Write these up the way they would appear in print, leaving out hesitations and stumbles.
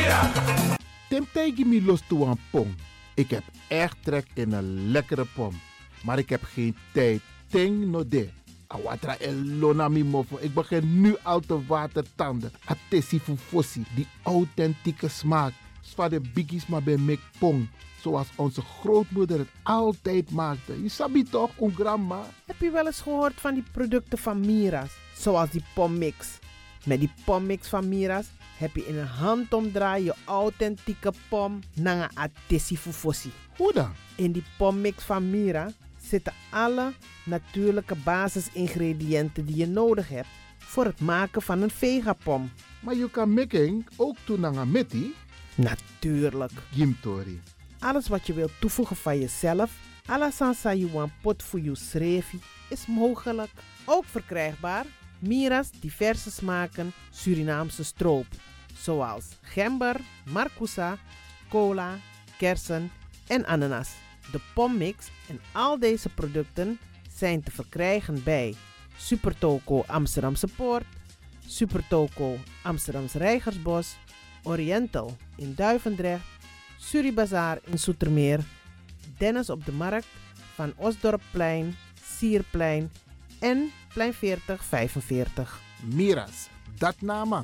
Temtij me los toe aan pom. Ik heb echt trek in een lekkere pom. Maar ik heb geen tijd. Ting no de. Awatra elona mi mofo. Ik begin nu al te watertanden. Atesi fufosi. Die authentieke smaak. Zwa de biggies maar bij mek pom. Zoals onze grootmoeder het altijd maakte. Je sabi toch, een grandma? Heb je wel eens gehoord van die producten van Mira's? Zoals die pommix. Met die pommix van Mira's heb je in een handomdraai je authentieke pom naar een atesi fufosi. Hoe dan? In die pommix van Mira zitten alle natuurlijke basisingrediënten die je nodig hebt voor het maken van een vegapom. Maar je kan making ook doen naar een meti? Natuurlijk. Gimtori. Alles wat je wilt toevoegen van jezelf, alla sansa you want pot voor je schreefie, is mogelijk. Ook verkrijgbaar Mira's diverse smaken Surinaamse stroop. Zoals gember, marcousa, cola, kersen en ananas. De pommix en al deze producten zijn te verkrijgen bij Supertoco Amsterdamse Poort, Supertoco Amsterdamse Reigersbos, Oriental in Duivendrecht, Suribazaar in Zoetermeer, Dennis op de Markt, Van Osdorpplein, Sierplein en Plein 4045. Mira's, dat naam.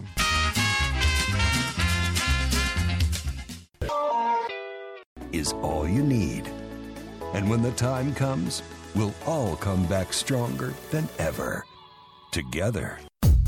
Is all you need. And when the time comes, we'll all come back stronger than ever. Together.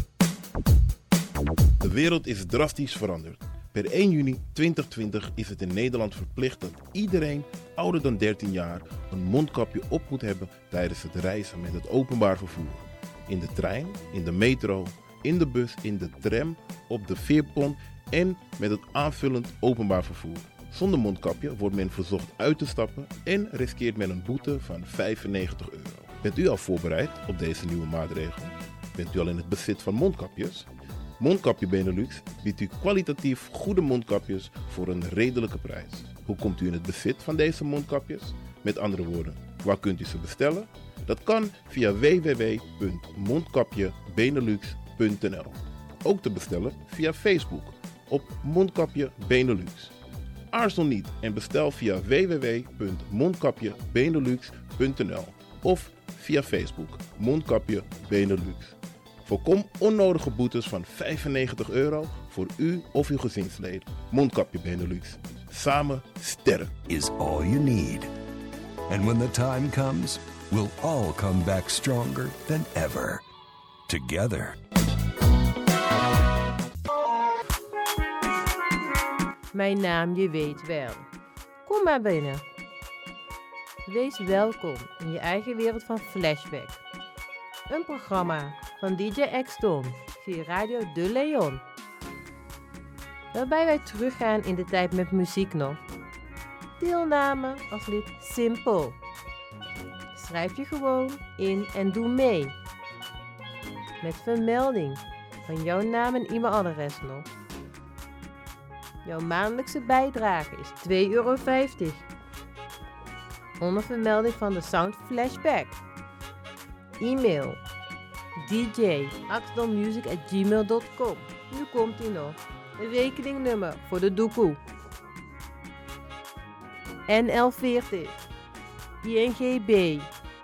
De wereld is drastisch veranderd. Per 1 juni 2020 is het in Nederland verplicht dat iedereen ouder dan 13 jaar een mondkapje op moet hebben tijdens het reizen met het openbaar vervoer. In de trein, in de metro, in de bus, in de tram, op de veerpont en met het aanvullend openbaar vervoer. Zonder mondkapje wordt men verzocht uit te stappen en riskeert men een boete van €95. Bent u al voorbereid op deze nieuwe maatregel? Bent u al in het bezit van mondkapjes? Mondkapje Benelux biedt u kwalitatief goede mondkapjes voor een redelijke prijs. Hoe komt u in het bezit van deze mondkapjes? Met andere woorden, waar kunt u ze bestellen? Dat kan via www.mondkapjebenelux.nl. Ook te bestellen via Facebook op Mondkapje Benelux. Aarzel niet en bestel via www.mondkapjebenelux.nl of via Facebook Mondkapje Benelux. Voorkom onnodige boetes van €95 voor u of uw gezinsleden. Mondkapje Benelux. Samen sterk. Is all you need. And when the time comes, we'll all come back stronger than ever. Together. Mijn naam, je weet wel. Kom maar binnen. Wees welkom in je eigen wereld van Flashback. Een programma van DJ X-Ton via Radio De Leon. Waarbij wij teruggaan in de tijd met muziek nog. Deelname als lid simpel. Schrijf je gewoon in en doe mee. Met vermelding van jouw naam en e-mailadres nog. Jouw maandelijkse bijdrage is €2,50. Onder vermelding van de Sound Flashback. E-mail dj@axdonmusic@gmail.com. Nu komt ie nog. Een rekeningnummer voor de doekoe. NL40 INGB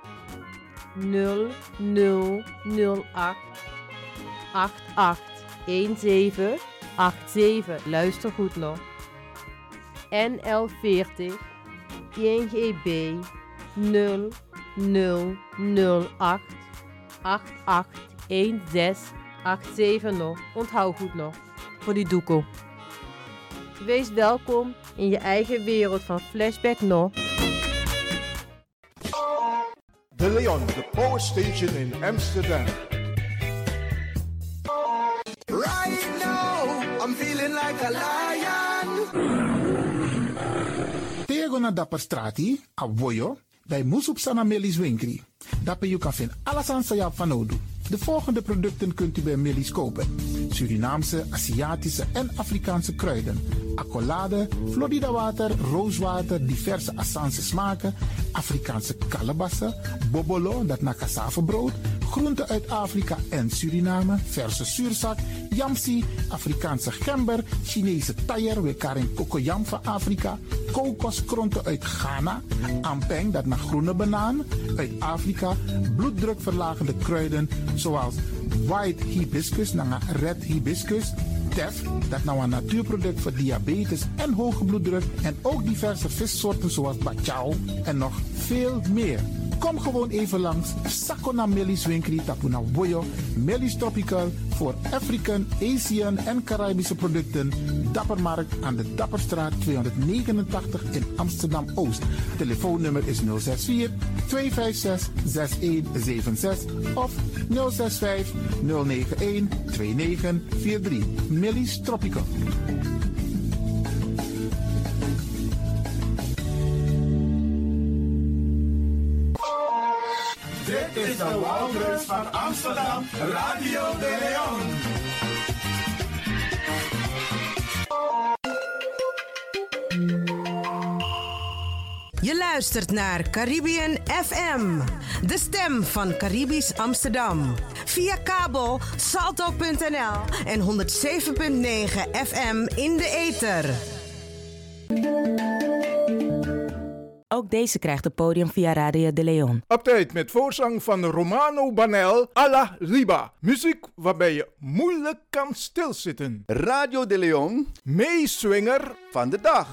0008 881787. Luister goed nog. NL40 INGB 0008 881687 nog. Onthoud goed nog. Voor die doekoe. Wees welkom in je eigen wereld van Flashback nog. De Leon, the power station in Amsterdam. Right now, I'm feeling like a lion. Tego na dapper strati, a voyo, dai musup sana melis winkri. Dapper you kan vinden alles aan sa van Odu. De volgende producten kunt u bij Melis kopen: Surinaamse, Aziatische en Afrikaanse kruiden, accolade, Florida water, rooswater, diverse Assange smaken, Afrikaanse kalebassen, bobolo, dat na cassavebrood, groenten uit Afrika en Suriname, verse zuurzak, yamsi, Afrikaanse gember, Chinese taier, wekaring kokoyam van Afrika, kokoskronten uit Ghana, ampeng, dat naar groene banaan, uit Afrika, bloeddrukverlagende kruiden zoals white hibiscus, naar red hibiscus, tef, dat nou een natuurproduct voor diabetes en hoge bloeddruk en ook diverse vissoorten zoals bachao en nog veel meer. Kom gewoon even langs Sakona Melis Winkri Tapuna Boyo, Melis Tropical voor African, Asian en Caribische producten. Dappermarkt aan de Dapperstraat 289 in Amsterdam Oost. Telefoonnummer is 064 256 6176 of 065 091 2943. Melis Tropical. Dit is de Wouders van Amsterdam, Radio de Leon. Je luistert naar Caribbean FM, de stem van Caribisch Amsterdam. Via kabel salto.nl en 107.9 FM in de ether. Ook deze krijgt het podium via Radio de Leon. Op tijd met voorzang van Romano Banel, Alla Riba. Muziek waarbij je moeilijk kan stilzitten. Radio de Leon, meeswinger van de dag.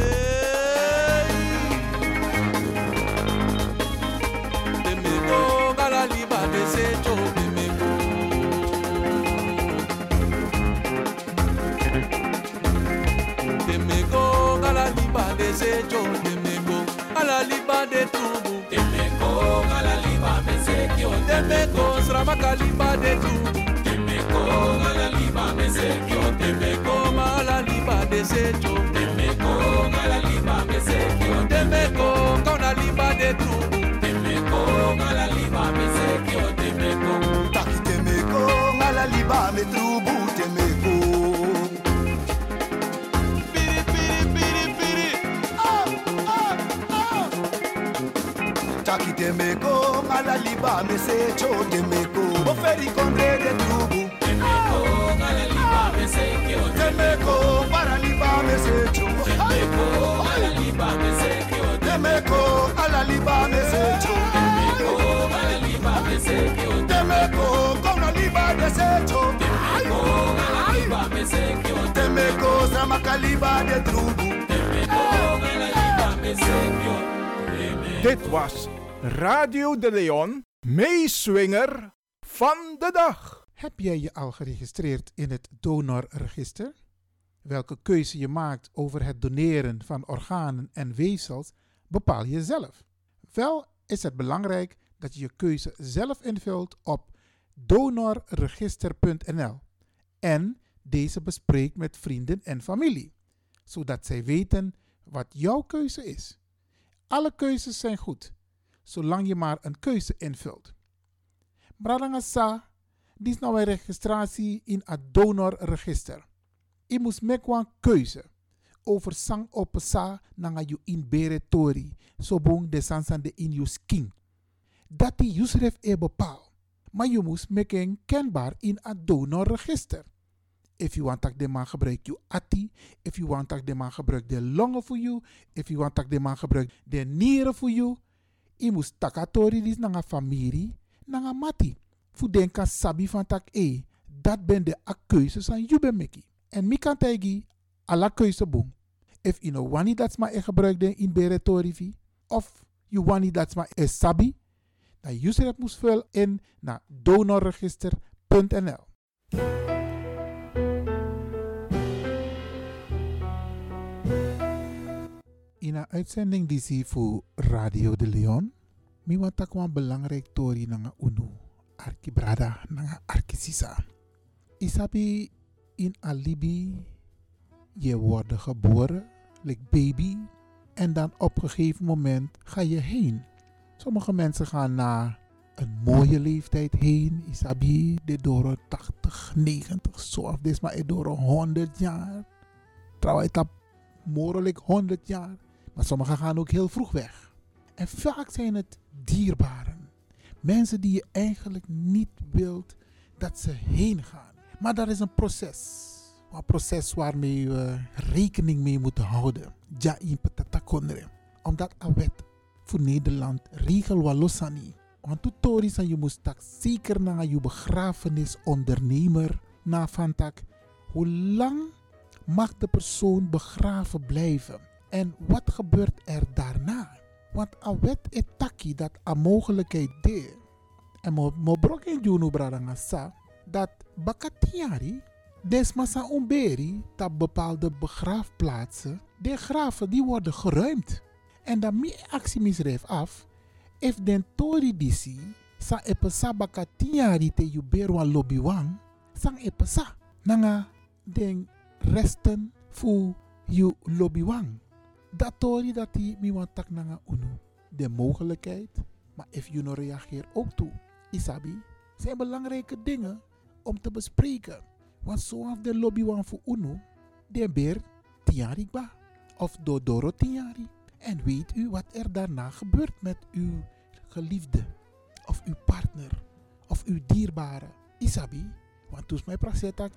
Ala liba de tubu temeko ala liba mesekio temeko sramaka liba de tubu temeko ala liba mesekio temeko ala liba de secho temeko ala liba mesekio temeko kona liba de tubu temeko ala liba mesekio temeko taki temeko ala liba me trubu temeko. Taki temeko, ala liba me se cho temeko. Oferi kondre de trubu. Temeko, ala liba me se kyo. Temeko, para liba me se cho. Temeko, ala liba me se kyo. Temeko, ala liba me se cho. Temeko, ala liba me se kyo. Temeko, kona liba me se cho. Temeko, ala liba me se kyo. Temeko, samaka liba de trubu. Temeko, ala liba me se kyo. Dit was Radio de Leon, meeswinger van de dag. Heb jij je al geregistreerd in het donorregister? Welke keuze je maakt over het doneren van organen en weefsels bepaal je zelf. Wel is het belangrijk dat je je keuze zelf invult op donorregister.nl en deze bespreekt met vrienden en familie, zodat zij weten wat jouw keuze is. Alle keuzes zijn goed, zolang je maar een keuze invult. Bradangasa, dit is nou een registratie in het donorregister. Je moet maken een keuze over sang op sa nanga you in beretori, so bong de sansan de in you skin. Dat die useref bepaal, maar je moet maken kenbaar in het donorregister. If you want dat de man gebruikt je ati, if you want dat de man gebruikt de longen voor you, if you want dat de man gebruikt de nieren voor you, je moet takatori dis nanga familie, nanga mati. Voor den kan sabi van tak dat ben de keuzes aan you ben meki. En mi kan tegi alla keuze boom. If you know wani dat ma gebruikt de in beretorivi, of you wani dat ma sabi, dan user het moet vullen in naar donorregister.nl. In een uitzending die zie voor Radio de Leon, mi want tak wan belangrijk tori nanga unu, arki brada nanga arki sisa. Isabi in alibi, je wordt geboren, like baby, en dan op een gegeven moment ga je heen. Sommige mensen gaan na een mooie leeftijd heen, isabi, de door 80, 90, zo of des maar door 100 jaar. Trouwens, het mogelijk 100 jaar. Maar sommigen gaan ook heel vroeg weg. En vaak zijn het dierbaren. Mensen die je eigenlijk niet wilt dat ze heen gaan. Maar dat is een proces. Een proces waarmee we rekening mee moeten houden. Ja, in patatakondre. Omdat een wet voor Nederland regel walosani. Want tutorials en je moest tak zeker naar je begrafenisondernemer na van tak. Hoe lang mag de persoon begraven blijven? En wat gebeurt er daarna? Want een wet is taki dat een mogelijkheid deed. En mo brok in Juno Bradangasa dat bakatiari desmasa umberi dat bepaalde begraafplaatsen, de graven die worden geruimd. En dan meer actie misdrijf af, if den tori disi sa epesa bakatiari te yuberwa lobbywan, sang epesa nanga den resten fu yu lobbywan. Dat tori dat die mi want tak nanga unu. De mogelijkheid, maar if you no reageert ook toe. Isabi, zijn belangrijke dingen om te bespreken. Want zoals de lobbywan voor UNO, de beer tiari ba. Of dodoro tiari. En weet u wat er daarna gebeurt met uw geliefde. Of uw partner. Of uw dierbare. Isabi, want toen mij praxetak,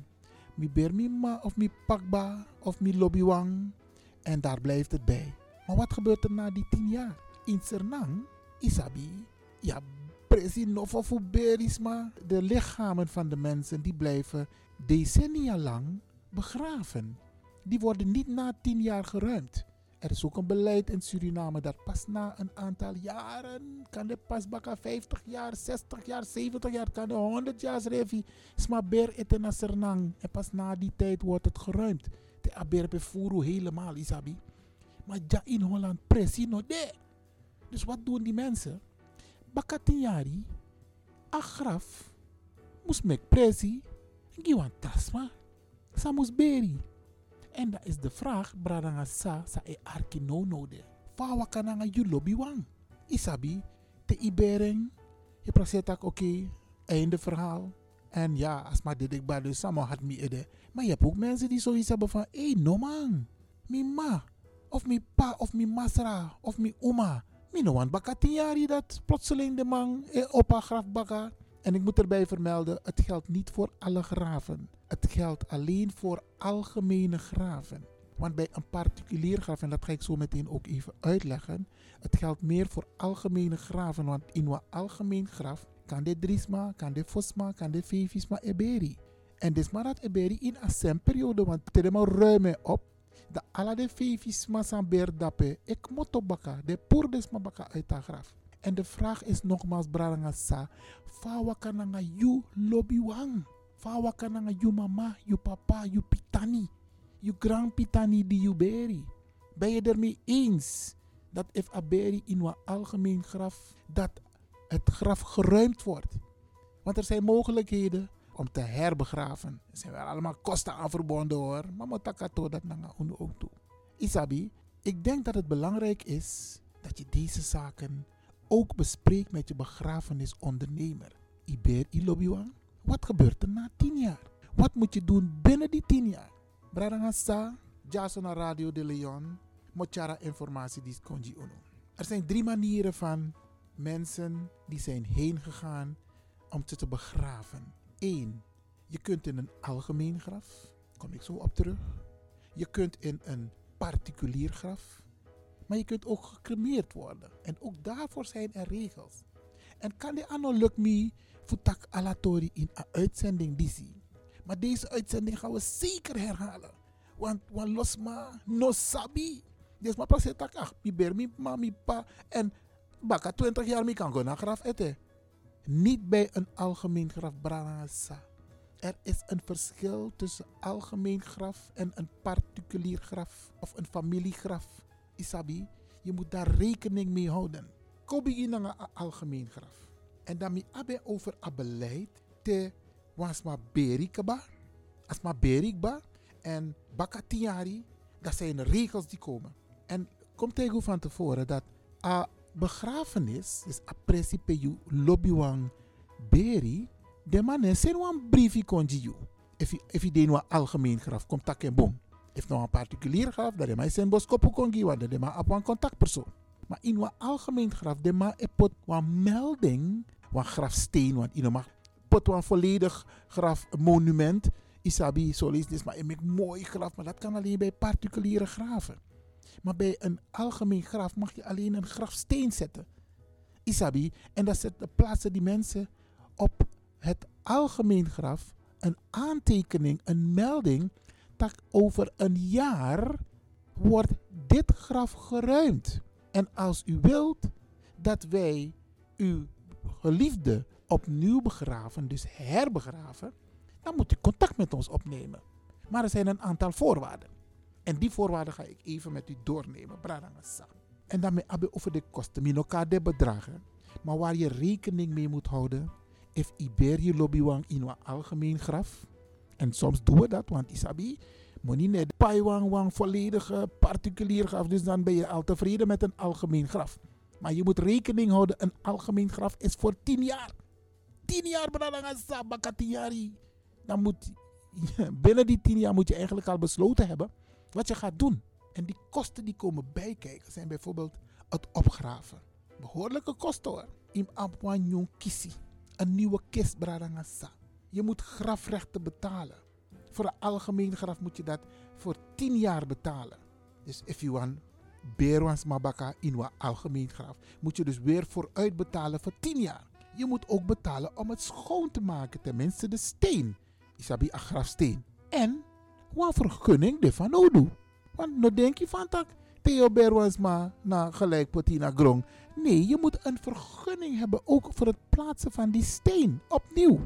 mi beer mi ma of mi pakba of mi lobbywan. En daar blijft het bij. Maar wat gebeurt er na die 10 jaar? In Sernang, Isabi, ja, precies nog of berisma. De lichamen van de mensen die blijven decennia lang begraven. Die worden niet na 10 jaar geruimd. Er is ook een beleid in Suriname dat pas na een aantal jaren, kan de pas baka 50 jaar, 60 jaar, 70 jaar, kan de 100 jaar revi, sma ber eten na Sernang. En pas na die tijd wordt het geruimd. De aber befuru helemaal, Isabi. Maar ja in Holland precies nog de. Dus wat doen die mensen? Bakatiari, a graf, moest mek presi, giwan tasma, sa moest beri. En dat is de vraag, bradanga sa e arki no node. Fawa kananga yu lobby wang. Isabi, te ibering, je prasetak oké, einde verhaal. En ja, als maar dit ik bij dus samen had me ede. Maar je hebt ook mensen die zoiets hebben van, no man, mi ma, of mi pa, of mi masra, of mi oma. Mi no want baka 10 jaar dat plotseling de man op haar graf baka. En ik moet erbij vermelden, het geldt niet voor alle graven. Het geldt alleen voor algemene graven. Want bij een particulier graf, en dat ga ik zo meteen ook even uitleggen. Het geldt meer voor algemene graven. Want in een algemeen graf kan de drisma, kan de fosma, kan de fevisma eberi. En dus maar dat eberi in een semperiode, want het is maar ruim op. De alle de fevisma zijn beerdappe, ik moet op baka, de poerdesma baka uit haar graf. En de vraag is nogmaals, Brarangasa, fawa kananga you lobbywan. Fawa kananga you mama, you papa, you pitani, you grandpitani die you beri. Ben je ermee eens dat if a beri in een algemeen graf, dat het graf geruimd wordt? Want er zijn mogelijkheden om te herbegraven. Er zijn wel allemaal kosten aan verbonden hoor. Maar motakato dat nanga unu ook toe. Isabi, ik denk dat het belangrijk is dat je deze zaken ook bespreekt met je begrafenisondernemer. Iber ilobbywan. Wat gebeurt er na 10 jaar? Wat moet je doen binnen die 10 jaar? Bradangasa, Jason naar Radio de Leon, mochara informatie die konji uno. Er zijn 3 manieren van mensen die zijn heen gegaan om ze te begraven. 1. Je kunt in een algemeen graf. Kom ik zo op terug. Je kunt in een particulier graf. Maar je kunt ook gecremeerd worden. En ook daarvoor zijn er regels. En kan de anno lukt me futak alatori in een uitzending disi. Maar deze uitzending gaan we zeker herhalen. Want losma no sabi. Dus maar pas het ach, mi ber mi ma mi pa en baka 20 jaar mi kan go naar graf eten. Niet bij een algemeen graf Branasa. Er is een verschil tussen algemeen graf en een particulier graf of een familiegraf. Isabi, je moet daar rekening mee houden. Kom je naar een algemeen graf. En dan mi abe over a beleid te wasma berikaba, asma berikba en bakatiari. Dat zijn regels die komen. En kom tegen van tevoren dat a begrafenis is a principe you lobbywan beri. De man is een briefje konji you. If je een algemeen graf komt tak en boom. If nou een particulier graf, dat is een boskopu konji want dat is maar op een contactpersoon. Maar in een algemeen graf, de ma epot een melding, een grafsteen, want je mag pot een volledig grafmonument. Isabi, zo lees dit, maar een mooi graf, maar dat kan alleen bij particuliere graven. Maar bij een algemeen graf mag je alleen een grafsteen zetten. Isabi, en dat plaatsen die mensen op het algemeen graf een aantekening, een melding, dat over een jaar wordt dit graf geruimd. En als u wilt dat wij uw geliefde opnieuw begraven, dus herbegraven, dan moet u contact met ons opnemen. Maar er zijn een aantal voorwaarden. En die voorwaarden ga ik even met u doornemen. Bradangasa. En daarmee hebben we over de kosten. Minoka de bedragen. Maar waar je rekening mee moet houden. If Iberi lobbywan in een algemeen graf. En soms doen we dat. Want isabi. Moet niet net paiwang volledige particulier graf. Dus dan ben je al tevreden met een algemeen graf. Maar je moet rekening houden. Een algemeen graf is voor 10 jaar. 10 jaar bradangasa. Bakatiari. Dan moet binnen die 10 jaar moet je eigenlijk al besloten hebben wat je gaat doen. En die kosten die komen bijkijken zijn bijvoorbeeld het opgraven. Behoorlijke kosten hoor. Im apwanyon kisi. Een nieuwe kist bradangasa. Je moet grafrechten betalen. Voor een algemeen graf moet je dat voor 10 jaar betalen. Dus if you want berwans mabaka in een algemeen graf, moet je dus weer vooruit betalen voor 10 jaar. Je moet ook betalen om het schoon te maken, tenminste de steen. Isabi een grafsteen. En wat vergunning de van Odu. Want nou denk je van tak, Theo Berwansma na gelijk potina grong. Nee, je moet een vergunning hebben ook voor het plaatsen van die steen. Opnieuw.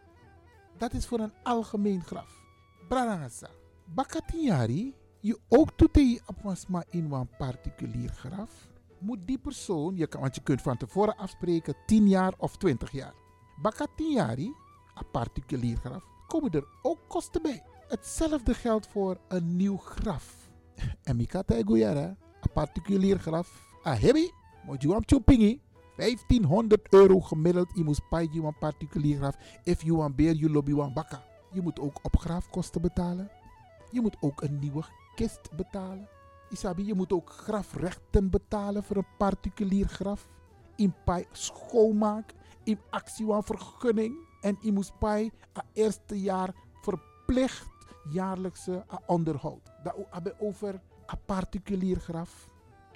Dat is voor een algemeen graf. Brarangasa. Bakatiari, je ook toetee apwansma in een particulier graf. Moet die persoon, want je kunt van tevoren afspreken 10 jaar of 20 jaar. Bakatiari, een particulier graf, komen er ook kosten bij. Hetzelfde geldt voor een nieuw graf. En mikata eguyara, een particulier graf. Ahebi, moet je want chupingi. €1500 gemiddeld. Je moet spijtje een particulier graf. If you want beer, you lobby want bakka. Je moet ook opgraafkosten betalen. Je moet ook een nieuwe kist betalen. Isabi, je moet ook grafrechten betalen voor een particulier graf. In pai schoonmaak. In actie van vergunning. En je moet pai het eerste jaar verplicht jaarlijkse onderhoud. Dat hebben we over een particulier graf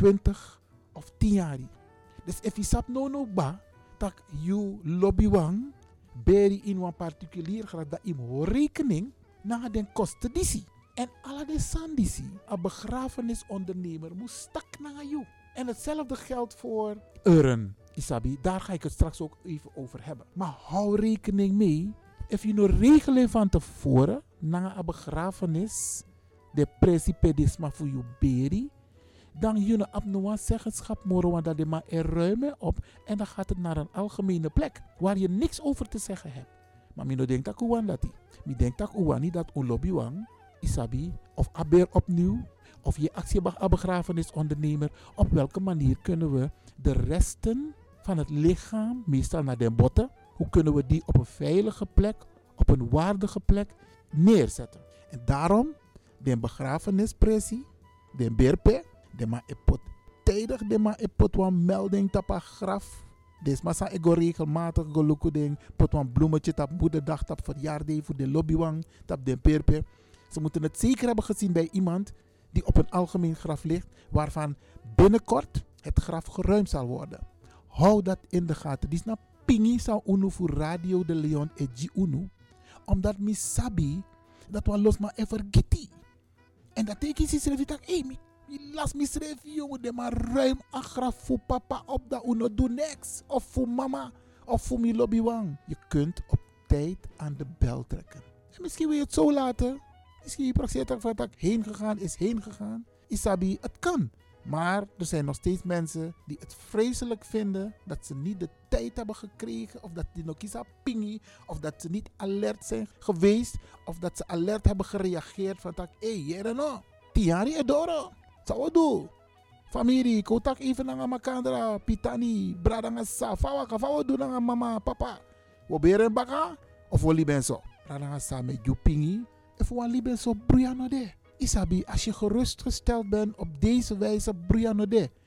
20 of 10 jaar. Dus if je sap no ba, dat je lobbywang beri in een particulier graf, dat je rekening naar de kosten die. En alle de sandisi, een begrafenisondernemer moet stak naar jou. En hetzelfde geldt voor euren, Isabi. Daar ga ik het straks ook even over hebben. Maar hou rekening mee. Als je nou regelen van tevoren, na een begrafenis, de precipedisma voor je beri, dan je op een zeggenschap moro, want dat je maar er ruimen op en dan gaat het naar een algemene plek, waar je niks over te zeggen hebt. Maar je denkt dat uwan dat die. Je denkt dat uwan niet dat een lobbywang, isabi, of aber opnieuw, of je actie begrafenisondernemer, op welke manier kunnen we de resten van het lichaam, meestal naar de botten, hoe kunnen we die op een veilige plek, op een waardige plek neerzetten. En daarom, de begrafenispressie, de berpe, de ma epot tijdig, de ma epot wan melding tapa graf. Des massa ego regelmatig gelukkig ding, pot wan bloemetje tap moederdag, tap verjaardag voor de lobbywang, tap de berpe. Ze moeten het zeker hebben gezien bij iemand die op een algemeen graf ligt, waarvan binnenkort het graf geruimd zal worden. Hou dat in de gaten. Die is na pingi sa unu voor Radio de Leon e G unu. Omdat mi sabi dat we los maar even vergeten. En dat tekent is schreef ik, hey, mi las mi schreef jongen, de maar ruim een graf voor papa op dat uno doe niks. Of voor mama, of voor mi lobbywang. Je kunt op tijd aan de bel trekken. En misschien wil je het zo laten. Misschien je praktiseert van dat heen gegaan is heen gegaan. Isabi, het kan. Maar er zijn nog steeds mensen die het vreselijk vinden dat ze niet de tijd hebben gekregen, of dat die nog kiezen pingi, of dat ze niet alert zijn geweest, of dat ze alert hebben gereageerd van dat, hé, jere no, 10 jaar edoro, zou we doen. Familie, kotak even naar makandra, pitani, bradangasa, fawa doen naar mama, papa. We beren baka, of we lieben zo. Bradangasa met you pingi, of we lieben zo bruyano de. Isabi, als je gerustgesteld bent op deze wijze, Brianode,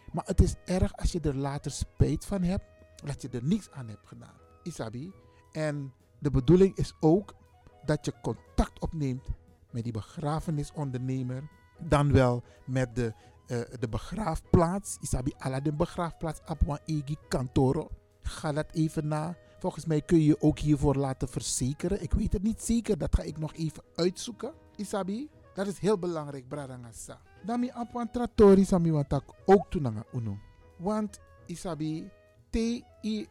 Maar het is erg als je er later spijt van hebt, dat je er niets aan hebt gedaan. Isabi. En de bedoeling is ook dat je contact opneemt met die begrafenisondernemer. Dan wel met de begraafplaats. Isabi ala de begraafplaats Apwan Egi Kantoro. Ga dat even na. Volgens mij kun je je ook hiervoor laten verzekeren. Ik weet het niet zeker. Dat ga ik nog even uitzoeken. Isabi. Dat is heel belangrijk, Bradangasa. Dami Apwan Trattori Sami Wantak ook tunanga uno. Want Isabi, te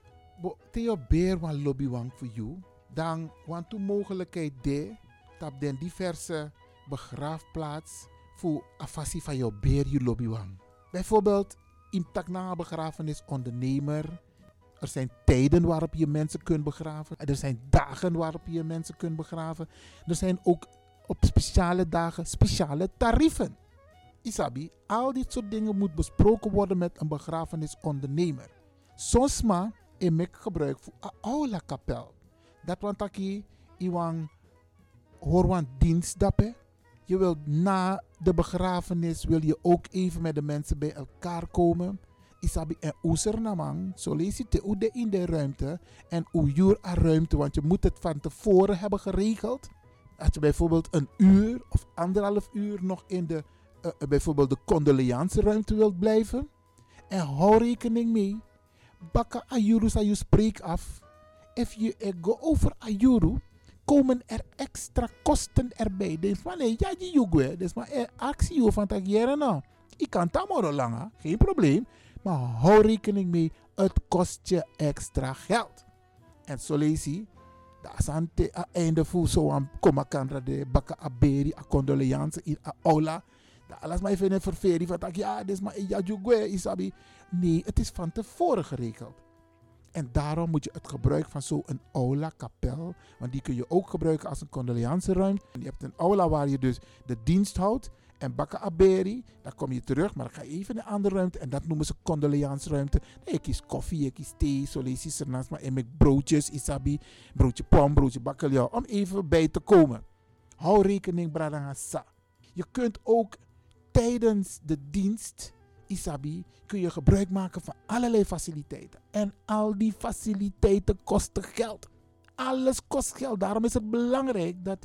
je beer wan lobby wang voor jou. Dan want de mogelijkheid de tap den diverse begraafplaats voor afasi van je beer je lobby wang. Bijvoorbeeld in takna begrafenisondernemer. Er zijn tijden waarop je mensen kunt begraven. Er zijn dagen waarop je mensen kunt begraven. Er zijn ook op speciale dagen speciale tarieven. Isabi, al dit soort dingen moet besproken worden met een begrafenisondernemer. Soms maar ik gebruik voor een oude kapel. Dat want aki iwan hoorwan dienst dappen. Je wilt na de begrafenis wil je ook even met de mensen bij elkaar komen. Isabi en oeser namang, zo lees je te ude in de ruimte en uur aan ruimte, want je moet het van tevoren hebben geregeld. Als je bijvoorbeeld een uur of 1,5 uur nog in de bijvoorbeeld de condoleance ruimte wilt blijven. En hou rekening mee. Bakka ayuru sa je spreek af. If je go over ayuru, komen er extra kosten erbij. Dus van nee, ja je jugwe. Dus maar actie je van tak jaren nou. Ik kan tamoro langer, geen probleem. Maar hou rekening mee, het kost je extra geld. En zo lees je. Dat is aan het einde voor zo'n komakandra de bakka aberi, a condoleance in a aula. Dat alles maar even een ververing van tak ja, dus maar ja jugwe isabi. Nee, het is van tevoren geregeld. En daarom moet je het gebruik van zo'n aula, kapel, want die kun je ook gebruiken als een condoleanceruimte. Je hebt een aula waar je dus de dienst houdt en bakka aberi, dan kom je terug, maar dan ga je even in een andere ruimte en dat noemen ze condoleanceruimte. Ik kies koffie, ik kies thee, zo lees je ernaast, maar ik broodjes, isabi, broodje pom, broodje bakkeljauw, om even bij te komen. Hou rekening, bradangasa. Je kunt ook tijdens de dienst, isabi, kun je gebruik maken van allerlei faciliteiten. En al die faciliteiten kosten geld. Alles kost geld. Daarom is het belangrijk dat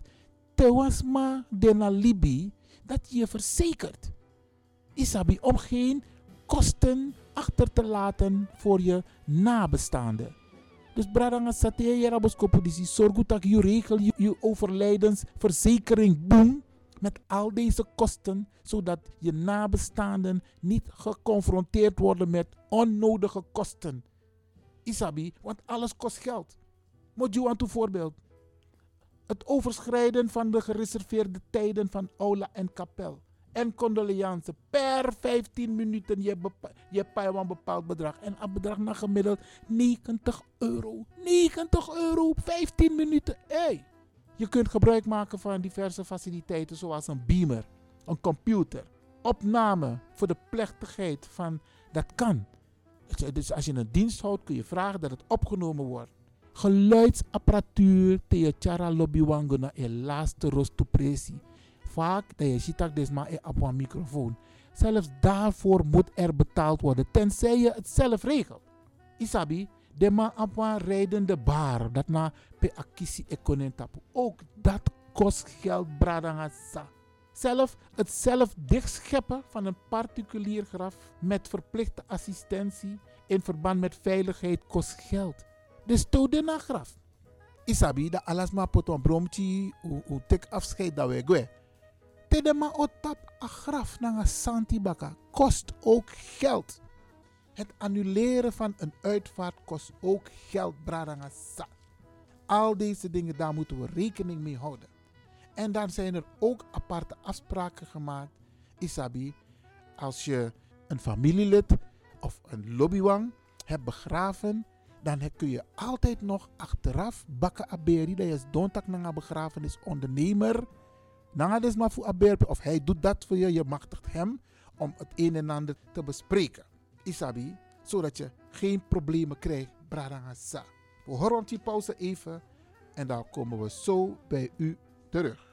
Tewasma Denalibi, dat je verzekert. Isabi, om geen kosten achter te laten voor je nabestaanden. Dus bradanga satya jaraboskopo disi zorg dat je regel je overlijdensverzekering doen met al deze kosten, zodat je nabestaanden niet geconfronteerd worden met onnodige kosten. Isabi, want alles kost geld. Moet je aan toe voorbeeld. Het overschrijden van de gereserveerde tijden van aula en kapel. En condoleance. Per 15 minuten je paai een bepaald bedrag. En een bedrag naar gemiddeld €90. 90 euro, 15 minuten. Hey. Je kunt gebruik maken van diverse faciliteiten zoals een beamer, een computer, opname voor de plechtigheid van dat kan. Dus als je een dienst houdt kun je vragen dat het opgenomen wordt. Geluidsapparatuur te je chara lobby wango na je laatste rostopresi. Vaak dat je ziet dat desma op een microfoon. Zelfs daarvoor moet er betaald worden, tenzij je het zelf regelt. Isabi, de man op een rijdende bar, dat na pe akisi ekonentapu. Ook dat kost geld, bradangasa. Het zelf dichtscheppen van een particulier graf met verplichte assistentie in verband met veiligheid kost geld. Dus toon de na graf. Isabi, dat alles maar pot een bromtje, u tek afscheid dat we gaan. Tede ma otap a graf na een santibaka kost ook geld. Het annuleren van een uitvaart kost ook geld, bradangasa. Al deze dingen, daar moeten we rekening mee houden. En dan zijn er ook aparte afspraken gemaakt. Isabi, als je een familielid of een lobbywang hebt begraven, dan kun je altijd nog achteraf bakka aberi, dat je dontak na een begrafenisondernemer, na des maar voor aberi, of hij doet dat voor je, je machtigt hem om het een en ander te bespreken. Isabi, zodat je geen problemen krijgt, bradangasa. We horen die pauze even en dan komen we zo bij u terug.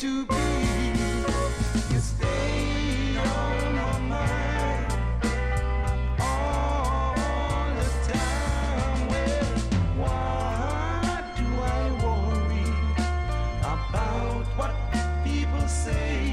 to be. You stay on my mind all the time. Well, why do I worry about what people say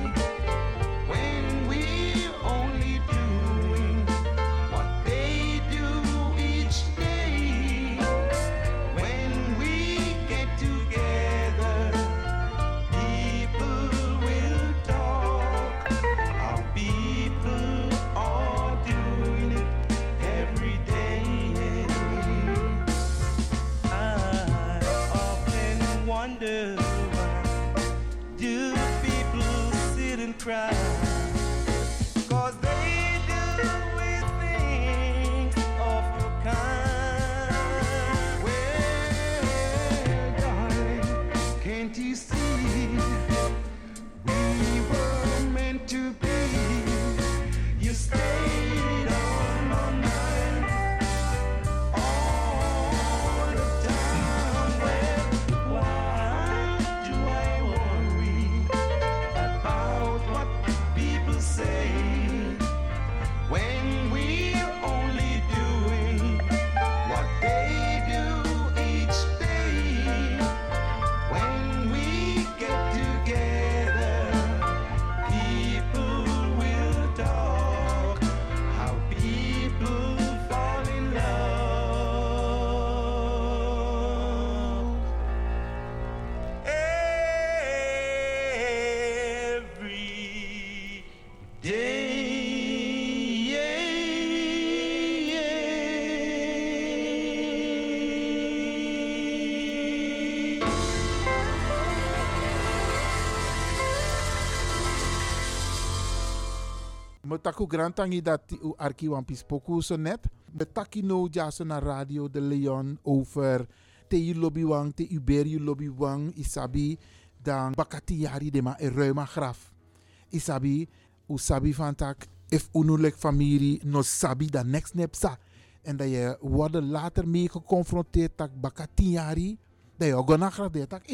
when we're only doing what they do each day? When we get together, people will talk. Our people are doing it every day. I often wonder, why do people sit and cry? 'Cause they do with things of your kind. Well, darling, can't you see we were meant to be? You stayed on my mind all the time. Well, why do I worry about what people say when we're only doing what they do each day? When we get together, people will talk how people fall in love every day. Metaku grantangi dat u arki wampis poku so net. Betaki no jaso na Radio de Leon over te u lobby wang, te uberi lobby wang, isabi dan bakati yari de ma e ruima graf. Isabi, u sabi van tak, if unulik familie no sabi dan next nepsa. En dat je worden later mee geconfronteerd tak bakati yari, dat je gona graf de tak,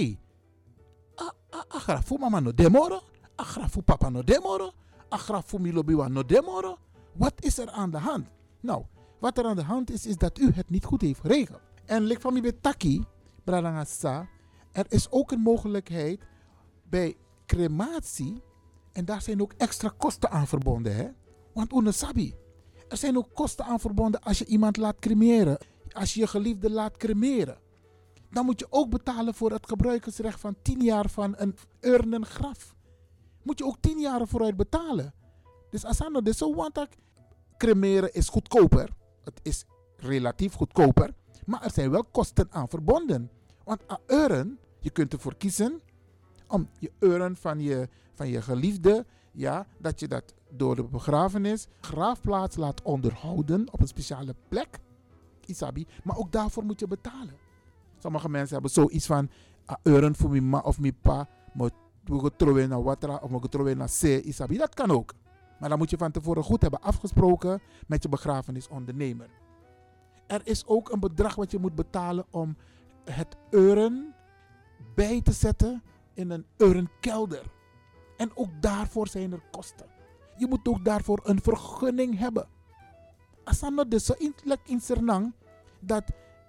grafu mama no demoro, grafu papa no demoro. Agrafu milobiwa no demoro. Wat is er aan de hand? Nou, wat er aan de hand is, is dat u het niet goed heeft geregeld. En lik van mi betaki, bradangasa, er is ook een mogelijkheid bij crematie, en daar zijn ook extra kosten aan verbonden, hè? Want unesabi, er zijn ook kosten aan verbonden als je iemand laat cremeren. Als je je geliefde laat cremeren, dan moet je ook betalen voor het gebruikersrecht van 10 jaar van een urnengraf. Moet je ook 10 jaar vooruit betalen. Dus asano de zo want dat cremeren is goedkoper. Het is relatief goedkoper, maar er zijn wel kosten aan verbonden. Want een urn, je kunt ervoor kiezen om je urn van je geliefde, ja, dat je dat door de begrafenis, graafplaats laat onderhouden op een speciale plek. Isabi, maar ook daarvoor moet je betalen. Sommige mensen hebben zoiets van een urn voor mijn ma of mijn pa, maar we gaan trouwen naar Watra of we gaan trouwen naar C, isabi. Dat kan ook. Maar dan moet je van tevoren goed hebben afgesproken met je begrafenisondernemer. Er is ook een bedrag wat je moet betalen om het urn bij te zetten in een urnkelder. En ook daarvoor zijn er kosten. Je moet ook daarvoor een vergunning hebben. Als dan nog dus zo in Sernang dat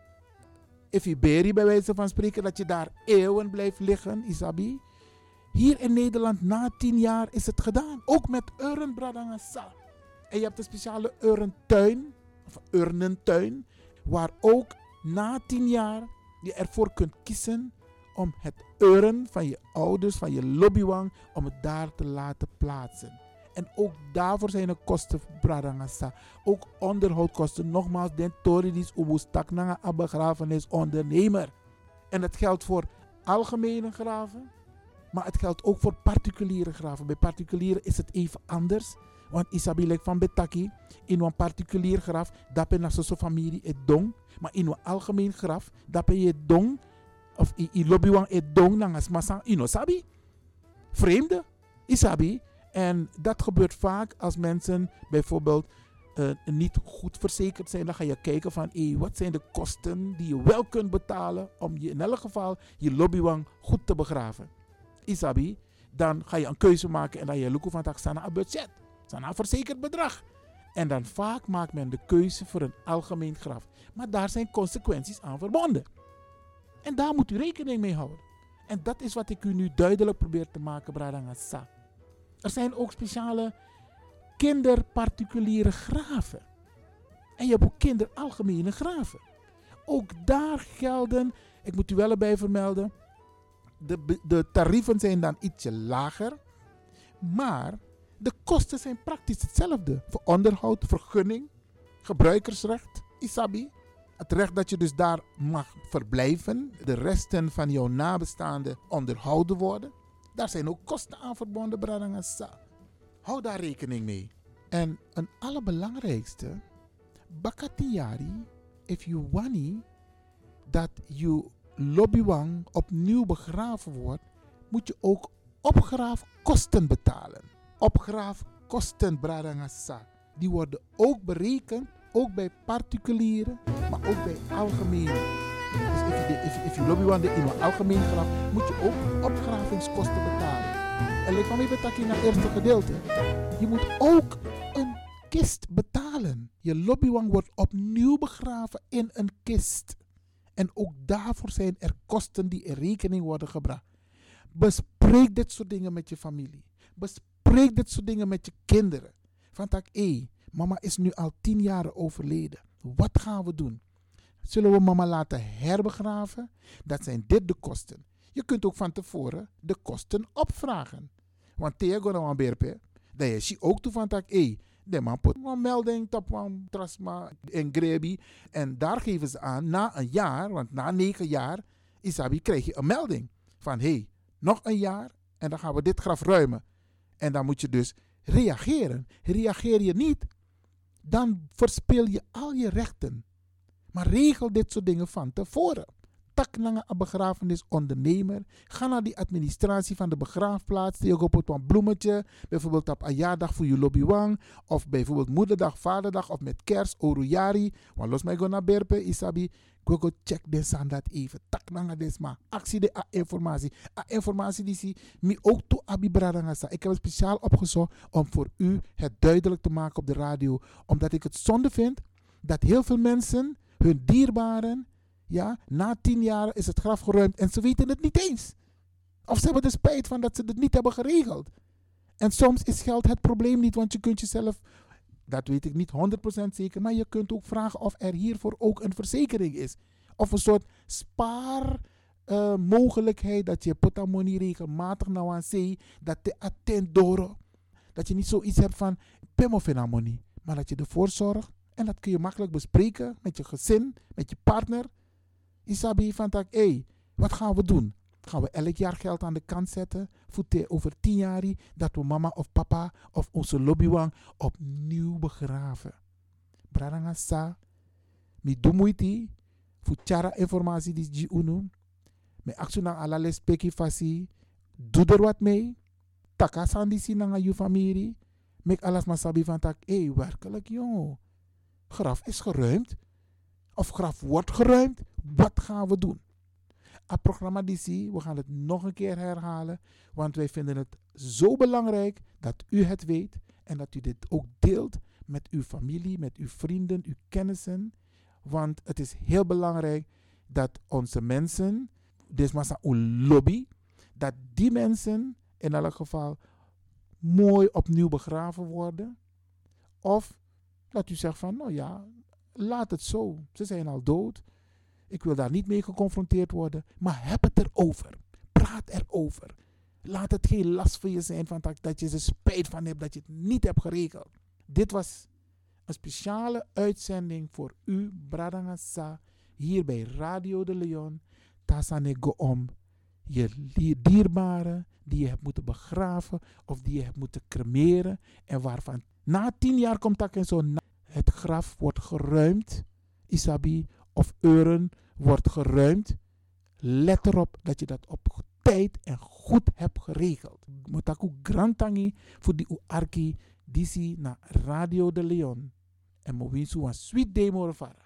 if je beri bij wijze van spreken dat je daar eeuwen blijft liggen, isabi. Hier in Nederland na 10 jaar is het gedaan. Ook met urnbradangasa. En je hebt een speciale urntuin, of urnentuin, waar ook na 10 jaar je ervoor kunt kiezen om het urn van je ouders, van je lobbywang, om het daar te laten plaatsen. En ook daarvoor zijn er kosten, bradangasa. Ook onderhoudkosten. Nogmaals, den toridis ubustak na een begrafenisondernemer. En dat geldt voor algemene graven. Maar het geldt ook voor particuliere graven. Bij particulieren is het even anders. Want isabi van betaki, in een particulier graf, dat ben je familie het dong. Maar in een algemeen graf, dat ben je dong. Of in lobbywang het dong, dan is massa inosabi. Vreemde, isabi. En dat gebeurt vaak als mensen bijvoorbeeld niet goed verzekerd zijn. Dan ga je kijken van, wat zijn de kosten die je wel kunt betalen om je in elk geval je lobbywang goed te begraven. Isabi, dan ga je een keuze maken en dan je lukt van dat staan een budget. Staan een verzekerd bedrag. En dan vaak maakt men de keuze voor een algemeen graf. Maar daar zijn consequenties aan verbonden. En daar moet u rekening mee houden. En dat is wat ik u nu duidelijk probeer te maken, Bradangasa. Er zijn ook speciale kinderparticuliere graven. En je hebt ook kinderalgemene graven. Ook daar gelden, ik moet u wel erbij vermelden, de tarieven zijn dan ietsje lager. Maar de kosten zijn praktisch hetzelfde. Voor onderhoud, vergunning, gebruikersrecht, Isabi. Het recht dat je dus daar mag verblijven. De resten van jouw nabestaanden onderhouden worden. Daar zijn ook kosten aan verbonden, Bradangasa. Hou daar rekening mee. En een allerbelangrijkste, bakatiari, if you wani dat je lobbywang opnieuw begraven wordt, moet je ook opgraafkosten betalen. Opgraafkosten, Bradangasa, die worden ook berekend, ook bij particulieren, maar ook bij algemene. Dus if je lobbywang in een algemeen graf, moet je ook opgravingskosten betalen. En ik kwam even naar het eerste gedeelte. Je moet ook een kist betalen. Je lobbywang wordt opnieuw begraven in een kist. En ook daarvoor zijn er kosten die in rekening worden gebracht. Bespreek dit soort dingen met je familie. Bespreek dit soort dingen met je kinderen. Van tak, mama is nu al 10 jaar overleden. Wat gaan we doen? Zullen we mama laten herbegraven? Dat zijn dit de kosten. Je kunt ook van tevoren de kosten opvragen. Want tegen een berpe, dat je ook toe van tak, de man put een melding op een trasma en grebi. En daar geven ze aan, na een jaar, want na 9 jaar, Isabi, krijg je een melding. Van nog een jaar en dan gaan we dit graf ruimen. En dan moet je dus reageren. Reageer je niet, dan verspil je al je rechten. Maar regel dit soort dingen van tevoren. Tak naar een begrafenisondernemer. Ga naar die administratie van de begraafplaats. Die ook op een bloemetje. Bijvoorbeeld op een jaardag voor je lobbywang. Of bijvoorbeeld moederdag, vaderdag. Of met kerst, orujari. Want los mij go naar berpe, isabi. Go check dit aan dat even. Tak naar dit maar. Actie de informatie. Informatie die zie me ook toe abi bradangasa. Ik heb het speciaal opgezocht om voor u het duidelijk te maken op de radio. Omdat ik het zonde vind dat heel veel mensen hun dierbaren, ja, na 10 jaar is het graf geruimd en ze weten het niet eens. Of ze hebben er spijt van dat ze het niet hebben geregeld. En soms is geld het probleem niet, want je kunt jezelf, dat weet ik niet 100% zeker, maar je kunt ook vragen of er hiervoor ook een verzekering is. Of een soort spaarmogelijkheid dat je potamoni regelmatig nou aan zee, dat te attendoro. Dat je niet zoiets hebt van pemofenamoni, maar dat je ervoor zorgt. En dat kun je makkelijk bespreken met je gezin, met je partner. Isabi van tak, wat gaan we doen? Gaan we elk jaar geld aan de kant zetten? Voor over 10 jaar dat we mama of papa of onze lobbywang opnieuw begraven. Bradangasa, mi doemoeiti, voor tjara informatie die je unu. Me actie na allerlei speki fasi. Doe er wat mee. Takasan die zien naar je familie. Mek alles maar sabi van tak, werkelijk joh. Graf is geruimd. Of graf wordt geruimd. Wat gaan we doen? Het programma DC, we gaan het nog een keer herhalen. Want wij vinden het zo belangrijk dat u het weet. En dat u dit ook deelt met uw familie, met uw vrienden, uw kennissen. Want het is heel belangrijk dat onze mensen, dit is een lobby, dat die mensen in elk geval mooi opnieuw begraven worden. Of dat u zegt van, nou ja, laat het zo. Ze zijn al dood. Ik wil daar niet mee geconfronteerd worden. Maar heb het erover. Praat erover. Laat het geen last voor je zijn van dat je er spijt van hebt dat je het niet hebt geregeld. Dit was een speciale uitzending voor u, Bradangasa, hier bij Radio de Leon. Tasanego om je dierbaren die je hebt moeten begraven of die je hebt moeten cremeren. En waarvan na 10 jaar komt dat en zo. Het graf wordt geruimd, Isabi, of urn wordt geruimd. Let erop dat je dat op tijd en goed hebt geregeld. Motaku grantangi voor die uarki disi na Radio de Leon. En mowinsu een sweet demo ervaren.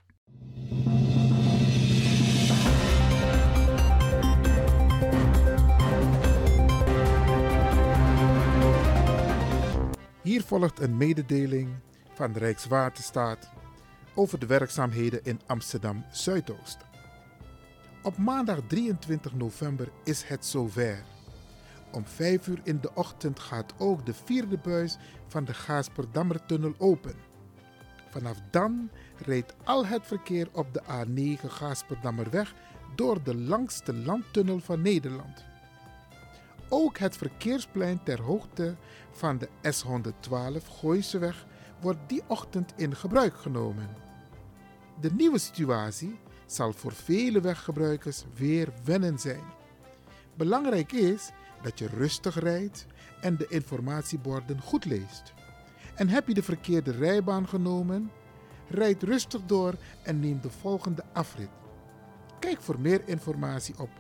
Hier volgt een mededeling van Rijkswaterstaat over de werkzaamheden in Amsterdam Zuidoost. Op maandag 23 november is het zover. Om 5 uur in de ochtend gaat ook de 4e buis van de Gaasperdammertunnel open. Vanaf dan rijdt al het verkeer op de A9 Gaasperdammerweg door de langste landtunnel van Nederland. Ook het verkeersplein ter hoogte van de S112 Gooiseweg wordt die ochtend in gebruik genomen. De nieuwe situatie zal voor vele weggebruikers weer wennen zijn. Belangrijk is dat je rustig rijdt en de informatieborden goed leest. En heb je de verkeerde rijbaan genomen? Rijd rustig door en neem de volgende afrit. Kijk voor meer informatie op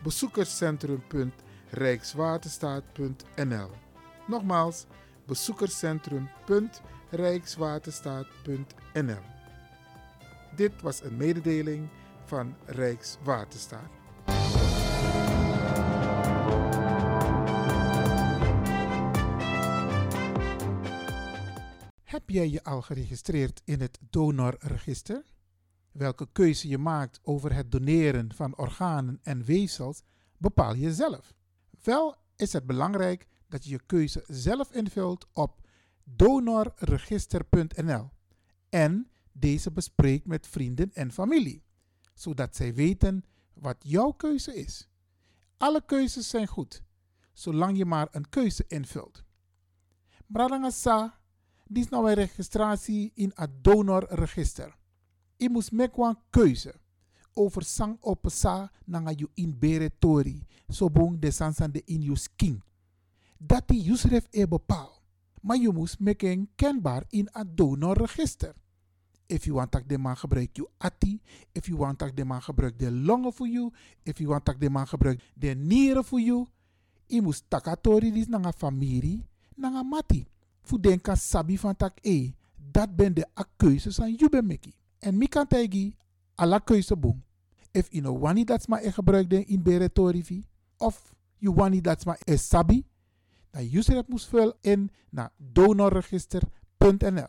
bezoekerscentrum.rijkswaterstaat.nl. Nogmaals, bezoekerscentrum.rijkswaterstaat.nl. Dit was een mededeling van Rijkswaterstaat. Heb jij je al geregistreerd in het donorregister? Welke keuze je maakt over het doneren van organen en weefsels bepaal je zelf. Wel is het belangrijk dat je je keuze zelf invult op donorregister.nl en deze bespreekt met vrienden en familie, zodat zij weten wat jouw keuze is. Alle keuzes zijn goed, zolang je maar een keuze invult. Bradangasa, dit is nou een registratie in het donorregister. Je moet maken een keuze over sang opesa nanga you in beretori, so bong de sansan de in you skin. Dat die Yusref bepaal, maar je moet maken kenbaar in het donorregister. If you want dat de man gebruikt je ati, if you want dat de man gebruikt de longen voor you, if you want dat de man gebruikt de nieren voor you, je moet takatori dis nanga familie, nanga mati. Voor den kan sabi van tak dat ben de keuzes aan you ben meki. En mi kan tegi alla keuze boom. If you know wani dat ma gebruik den in beretorivi, of you wani dat ma sabi, dan user het moest vullen in naar donorregister.nl.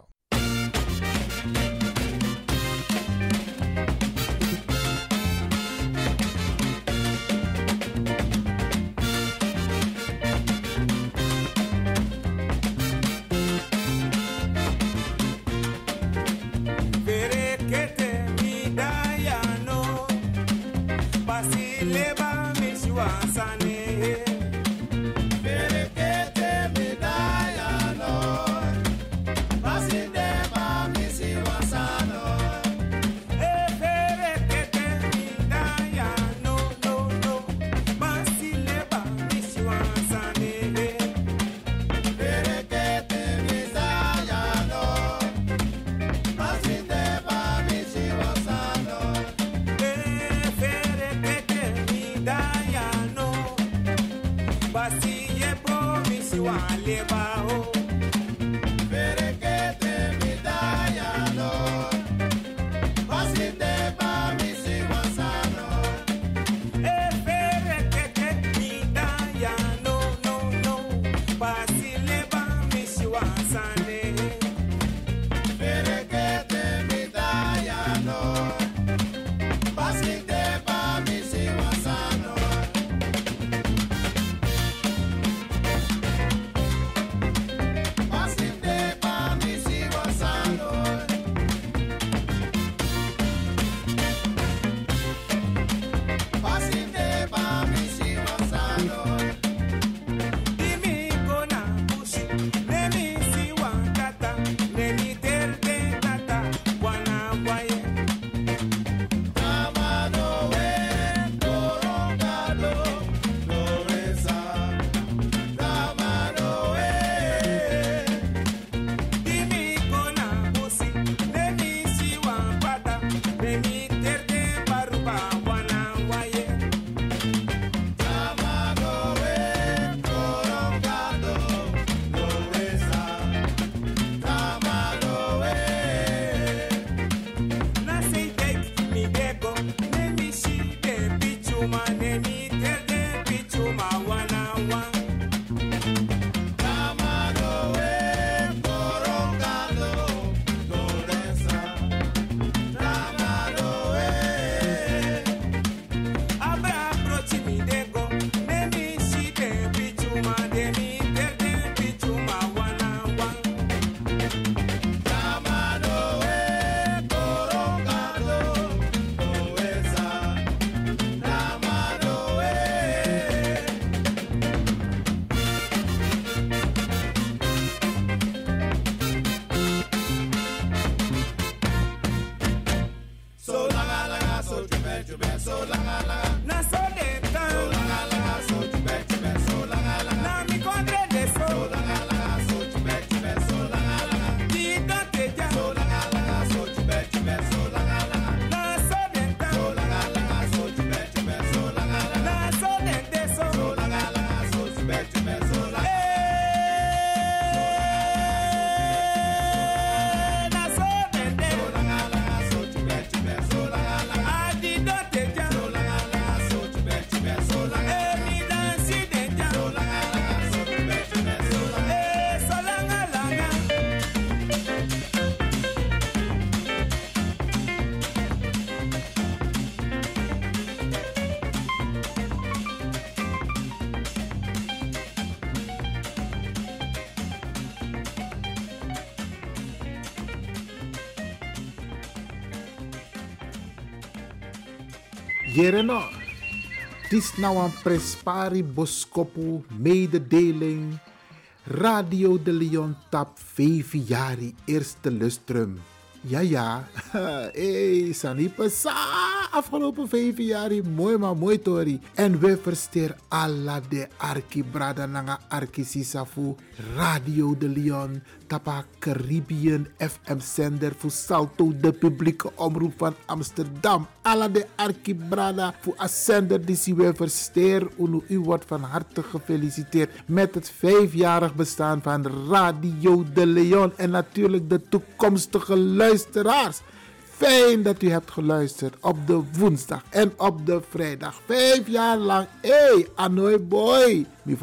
Jereno, dis nou een prespari boskopu mededeling. Radio de Leon tap 5 jari eerste lustrum. Ja. Hey, Sanipe sa. Afgelopen 5 jaar, mooi maar mooi tori. En we versteer alla de arki brada nanga arki sisafu. Radio de Leon, tapa Caribbean FM zender voor Salto, de publieke omroep van Amsterdam. Alla de arki brada voor a zender die we versteer. U wordt van harte gefeliciteerd met het 5-jarig bestaan van Radio de Leon. En natuurlijk de toekomstige luisteraars. Fijn dat u hebt geluisterd op de woensdag en op de vrijdag. 5 jaar lang. Hey, Anoy boy. Mi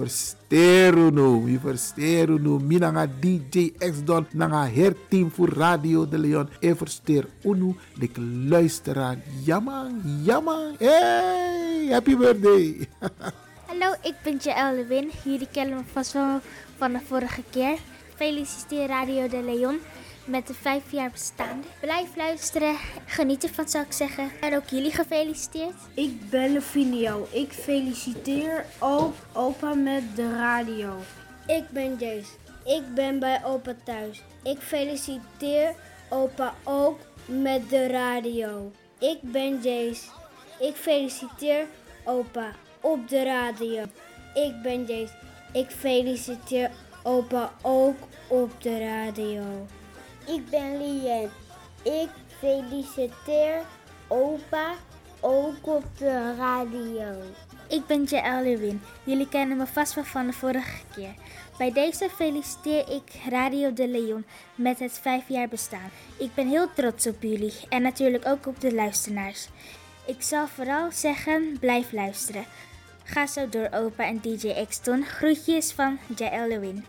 versteer nu. Minanga DJ X-Don. Nanga herteam voor Radio de Leon. E versteer unu. De luisteraar. Jamang. Hey, happy birthday. Hallo, ik ben Jaël Lewin. Jullie kennen me vast wel van de vorige keer. Feliciteer Radio de Leon met de 5 jaar bestaan. Blijf luisteren, geniet ervan zou ik zeggen. En ook jullie gefeliciteerd. Ik ben Levinio. Ik feliciteer ook opa met de radio. Ik ben Jace. Ik ben bij opa thuis. Ik feliciteer opa ook met de radio. Ik ben Jace. Ik feliciteer opa op de radio. Ik ben Jace. Ik feliciteer opa ook op de radio. Ik ben Lien. Ik feliciteer opa ook op de radio. Ik ben Jaël Lewin. Jullie kennen me vast wel van de vorige keer. Bij deze feliciteer ik Radio de Leon met het 5 jaar bestaan. Ik ben heel trots op jullie en natuurlijk ook op de luisteraars. Ik zal vooral zeggen, blijf luisteren. Ga zo door opa en DJ X-Don. Groetjes van Jaël Lewin.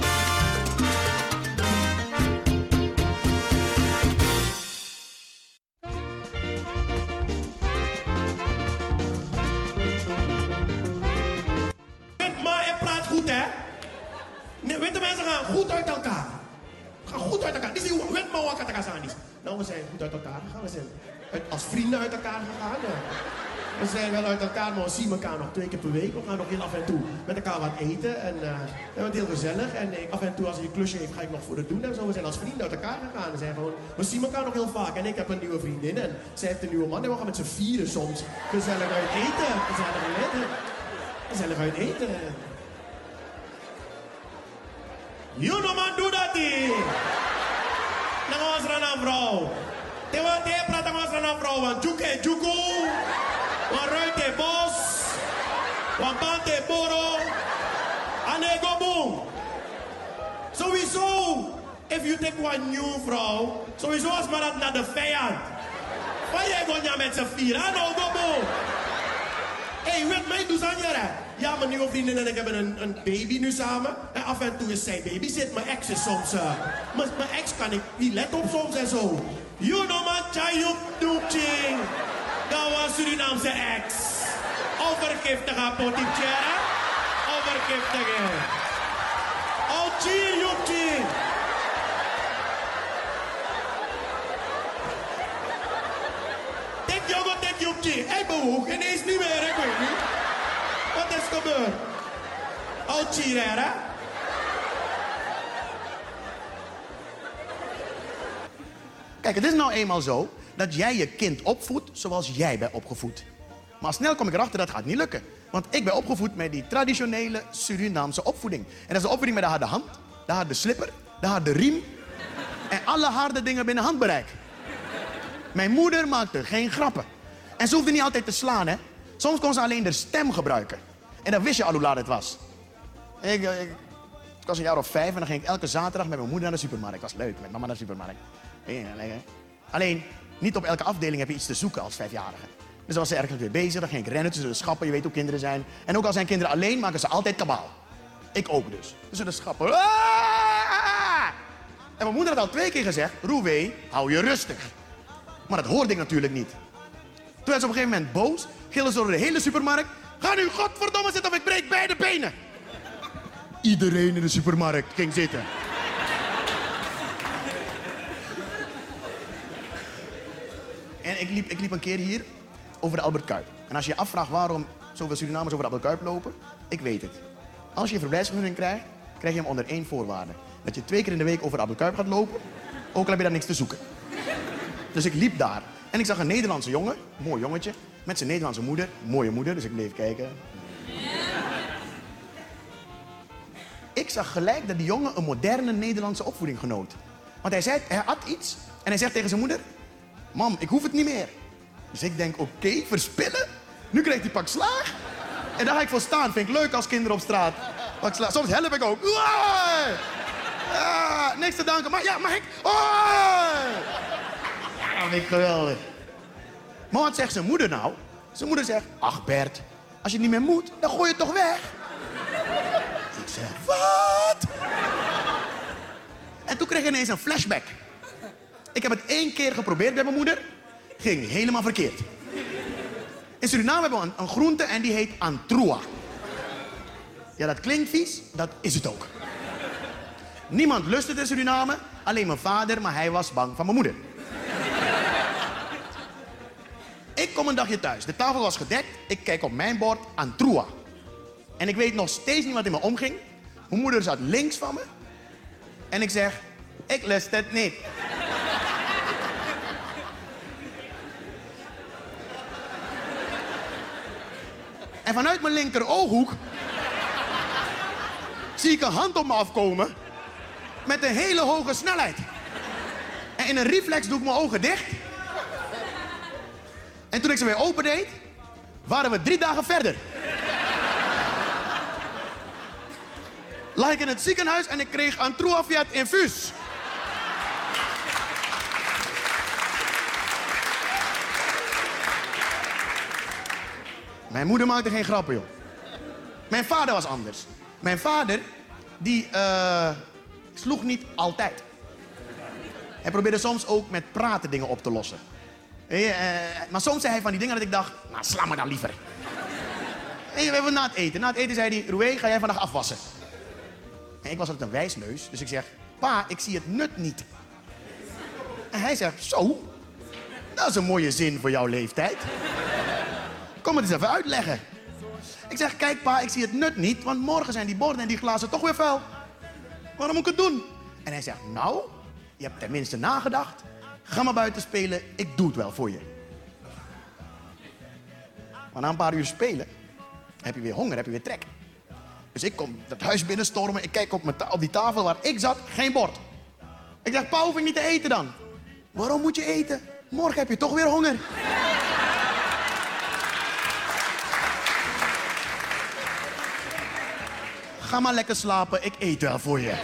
Witte mensen gaan goed uit elkaar. Dit is hoe wet maar is. Nou, we zijn goed uit elkaar gegaan. We zijn als vrienden uit elkaar gegaan. Ja. We zijn wel uit elkaar, maar we zien elkaar nog 2 keer per week. We gaan nog heel af en toe met elkaar wat eten. En we hebben het heel gezellig. En af en toe als hij een klusje heeft, ga ik nog voor het doen. En zo. We zijn als vrienden uit elkaar gegaan. We zien elkaar nog heel vaak. En ik heb een nieuwe vriendin. En zij heeft een nieuwe man. En we gaan met z'n vieren soms gezellig uit eten. Gezellig uit eten. You know man, do that thing. Dan gaan we naar een vrouw. Te praten we naar een vrouw. Want juku. Want ruite bos. Want bante boro. En go boom. Sowieso, if you take one new vrouw, sowieso als maar dat naar de vijand. Van jij gaat met z'n vier. En go boom. Hey, weet mij, doe aan je. Ja, mijn nieuwe vriendin en ik hebben een baby nu samen. En af en toe is zij babysit. Mijn ex is soms... Mijn ex kan ik niet let op soms en zo. You know man, chayuk doekching. Dat was Surinaamse ex. Overgiftige potichera. Overgiftige. Alchie, joekching. Tek joekching. Hij bewoog ineens niet meer, ik weet niet. Wat is gebeurd? Alchie, hè? Kijk, het is nou eenmaal zo dat jij je kind opvoedt zoals jij bent opgevoed. Maar snel kom ik erachter dat gaat niet lukken. Want ik ben opgevoed met die traditionele Surinaamse opvoeding. En dat is de opvoeding met de harde hand, de harde slipper, de harde riem en alle harde dingen binnen handbereik. Mijn moeder maakte geen grappen. En ze hoefde niet altijd te slaan, hè. Soms kon ze alleen de stem gebruiken. En dan wist je al hoe laat het was. Ik was een jaar of 5 en dan ging ik elke zaterdag met mijn moeder naar de supermarkt. Het was leuk, met mama naar de supermarkt. Alleen, niet op elke afdeling heb je iets te zoeken als 5-jarige. Dus dan was ze ergens weer bezig, dan ging ik rennen tussen de schappen. Je weet hoe kinderen zijn. En ook al zijn kinderen alleen, maken ze altijd kabaal. Ik ook dus. Tussen de schappen. En mijn moeder had al 2 keer gezegd, Rouwé, hou je rustig. Maar dat hoorde ik natuurlijk niet. Toen werd ze op een gegeven moment boos, gilde ze door de hele supermarkt. Ga nu godverdomme zitten of ik breek beide benen. Iedereen in de supermarkt ging zitten. En ik liep een keer hier over de Albert Kuip. En als je je afvraagt waarom zoveel Surinamers over de Albert Kuip lopen, ik weet het. Als je een verblijfsvergunning krijgt, krijg je hem onder 1 voorwaarde. Dat je 2 keer in de week over de Albert Kuip gaat lopen, ook al heb je daar niks te zoeken. Dus ik liep daar en ik zag een Nederlandse jongen, mooi jongetje, met zijn Nederlandse moeder, mooie moeder, dus ik bleef kijken. Ik zag gelijk dat die jongen een moderne Nederlandse opvoeding genoot. Want hij at iets en hij zegt tegen zijn moeder, mam, ik hoef het niet meer. Dus ik denk, oké, verspillen? Nu krijgt hij pak slaag. En daar ga ik voor staan. Vind ik leuk als kinderen op straat. Pak slaag. Soms help ik ook. Niks te danken. Maar ja, mag ik? Ja, dat vind ik geweldig. Maar wat zegt zijn moeder nou? Zijn moeder zegt, ach Bert, als je niet meer moet, dan gooi je het toch weg. Ik zeg, wat? En toen kreeg ik ineens een flashback. Ik heb het 1 keer geprobeerd bij mijn moeder. Ging helemaal verkeerd. In Suriname hebben we een groente en die heet antroa. Ja, dat klinkt vies, dat is het ook. Niemand lust het in Suriname, alleen mijn vader, maar hij was bang van mijn moeder. Ik kom een dagje thuis, de tafel was gedekt, ik kijk op mijn bord antroa. En ik weet nog steeds niet wat in me omging. Mijn moeder zat links van me. En ik zeg, ik lust het niet. En vanuit mijn linker ooghoek zie ik een hand op me afkomen met een hele hoge snelheid. En in een reflex doe ik mijn ogen dicht. En toen ik ze weer opendeed, waren we 3 dagen verder. Lag ik in het ziekenhuis en ik kreeg antroa via het infuus. Mijn moeder maakte geen grappen, joh. Mijn vader was anders. Mijn vader, die sloeg niet altijd. Hij probeerde soms ook met praten dingen op te lossen. Maar soms zei hij van die dingen dat ik dacht, nou, sla me dan liever. We hebben na het eten. Na het eten zei hij, Roué, ga jij vandaag afwassen? En ik was altijd een wijsneus, dus ik zeg, pa, ik zie het nut niet. En hij zegt, zo, dat is een mooie zin voor jouw leeftijd. Kom het eens even uitleggen. Ik zeg, kijk pa, ik zie het nut niet, want morgen zijn die borden en die glazen toch weer vuil. Waarom moet ik het doen? En hij zegt, nou, je hebt tenminste nagedacht. Ga maar buiten spelen, ik doe het wel voor je. Maar na een paar uur spelen, heb je weer honger, heb je weer trek. Dus ik kom dat huis binnenstormen, ik kijk op die tafel waar ik zat, geen bord. Ik zeg, pa, hoef ik niet te eten dan? Waarom moet je eten? Morgen heb je toch weer honger. Ga maar lekker slapen, ik eet wel voor je.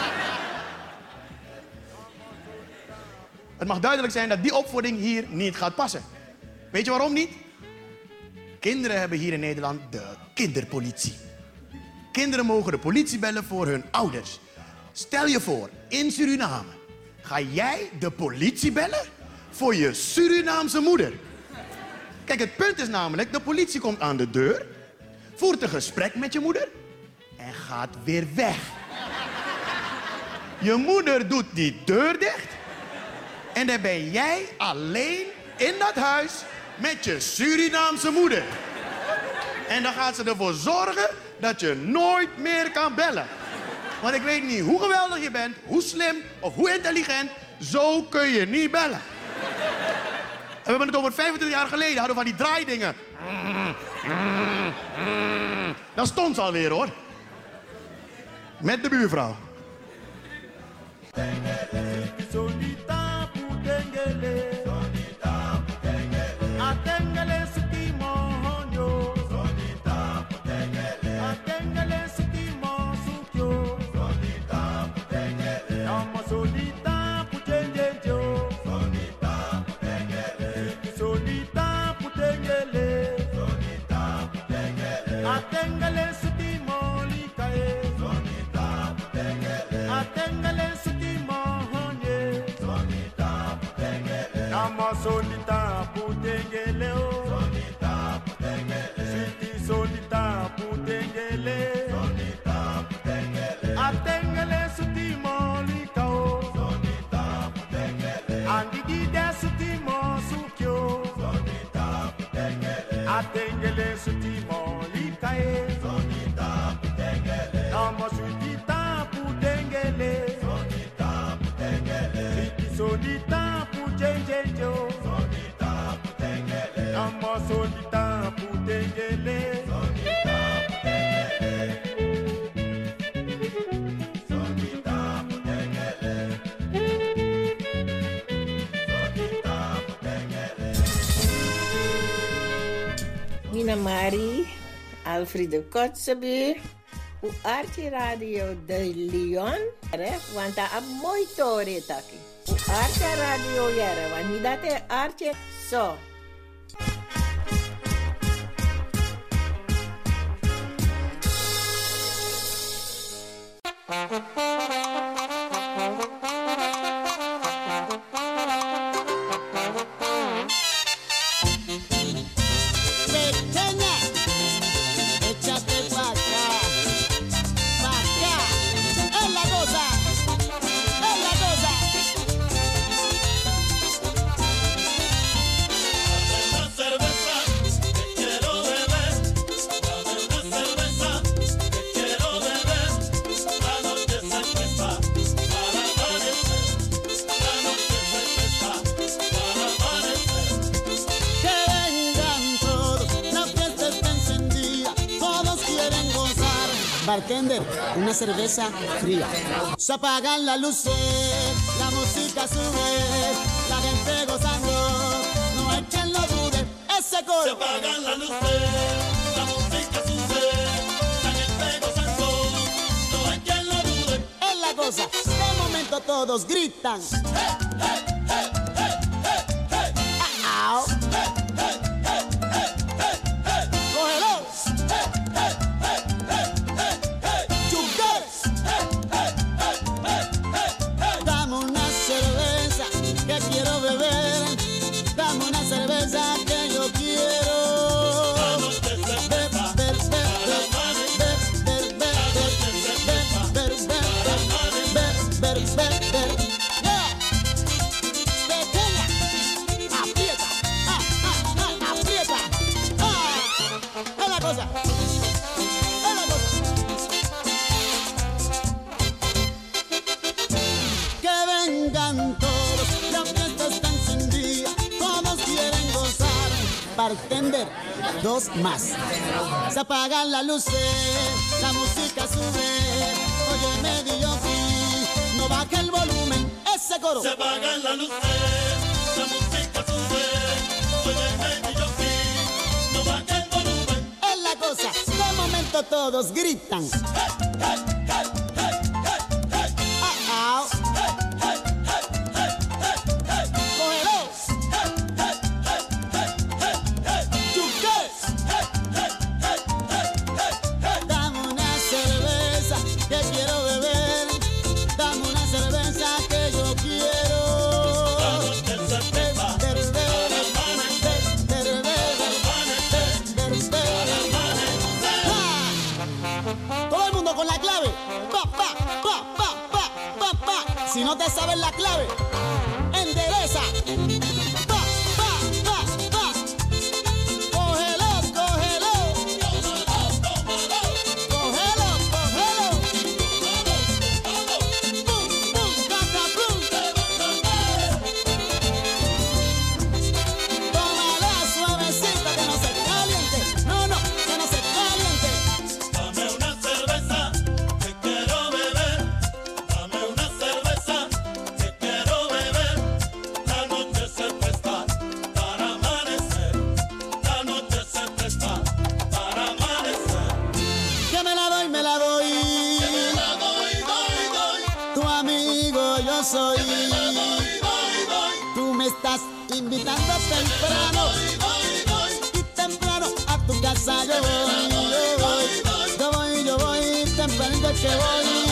Het mag duidelijk zijn dat die opvoeding hier niet gaat passen. Weet je waarom niet? Kinderen hebben hier in Nederland de kinderpolitie. Kinderen mogen de politie bellen voor hun ouders. Stel je voor, in Suriname ga jij de politie bellen voor je Surinaamse moeder. Kijk, het punt is namelijk, de politie komt aan de deur, voert een gesprek met je moeder en gaat weer weg. Je moeder doet die deur dicht en dan ben jij alleen in dat huis met je Surinaamse moeder. En dan gaat ze ervoor zorgen dat je nooit meer kan bellen. Want ik weet niet hoe geweldig je bent, hoe slim of hoe intelligent, zo kun je niet bellen. En we hebben het over 25 jaar geleden, hadden we van die draaidingen. Dat stond ze alweer, hoor. Met de buurvrouw. Solita putengele o Solita putengele Sweetie solita putengele Solita putengele Atengele suti molika o Solita putengele Andigi de suti mo sukyo Solita putengele Atengele sutimo likae. Sonita putengele. Namo sutita putengele. Sonita putengele. Iki sonita pujenjenjo. Sonita putengele. Namo sonita putengele. Sonita putengele. Sonita putengele. Sonita putengele. Mina Marie, Alfredo Kotzebue, u Archie Radio de Leon, want dat is mooi tori taki. U Archie Radio jere, want niet dat is Archie zo. Bartender, una cerveza fría. Se apagan las luces, la música sube, la gente gozando, no hay quien lo dude, ese coro. Se apagan las luces, la música sube, la gente gozando, no hay quien lo dude. Es la cosa, de momento todos gritan. Bartender, dos más. Se apagan las luces, la música sube. Oye, medio no baja el volumen, ese coro. Se apagan las luces, la música sube. Oye, medio no baja el volumen. Es la cosa, de momento todos gritan. Si no te sabes la clave, endereza. Pa, pa, pa, pa. Cógelo, cógelo. Cógelo, cógelo. Pum, pum, caca, pum. Tómala suavecita, que no se caliente. No, no, que no se caliente. Dame una cerveza, que quiero beber. Dame una cerveza. Soy. Tú me estás invitando temprano y temprano a tu casa yo voy, yo voy, tempranito que voy.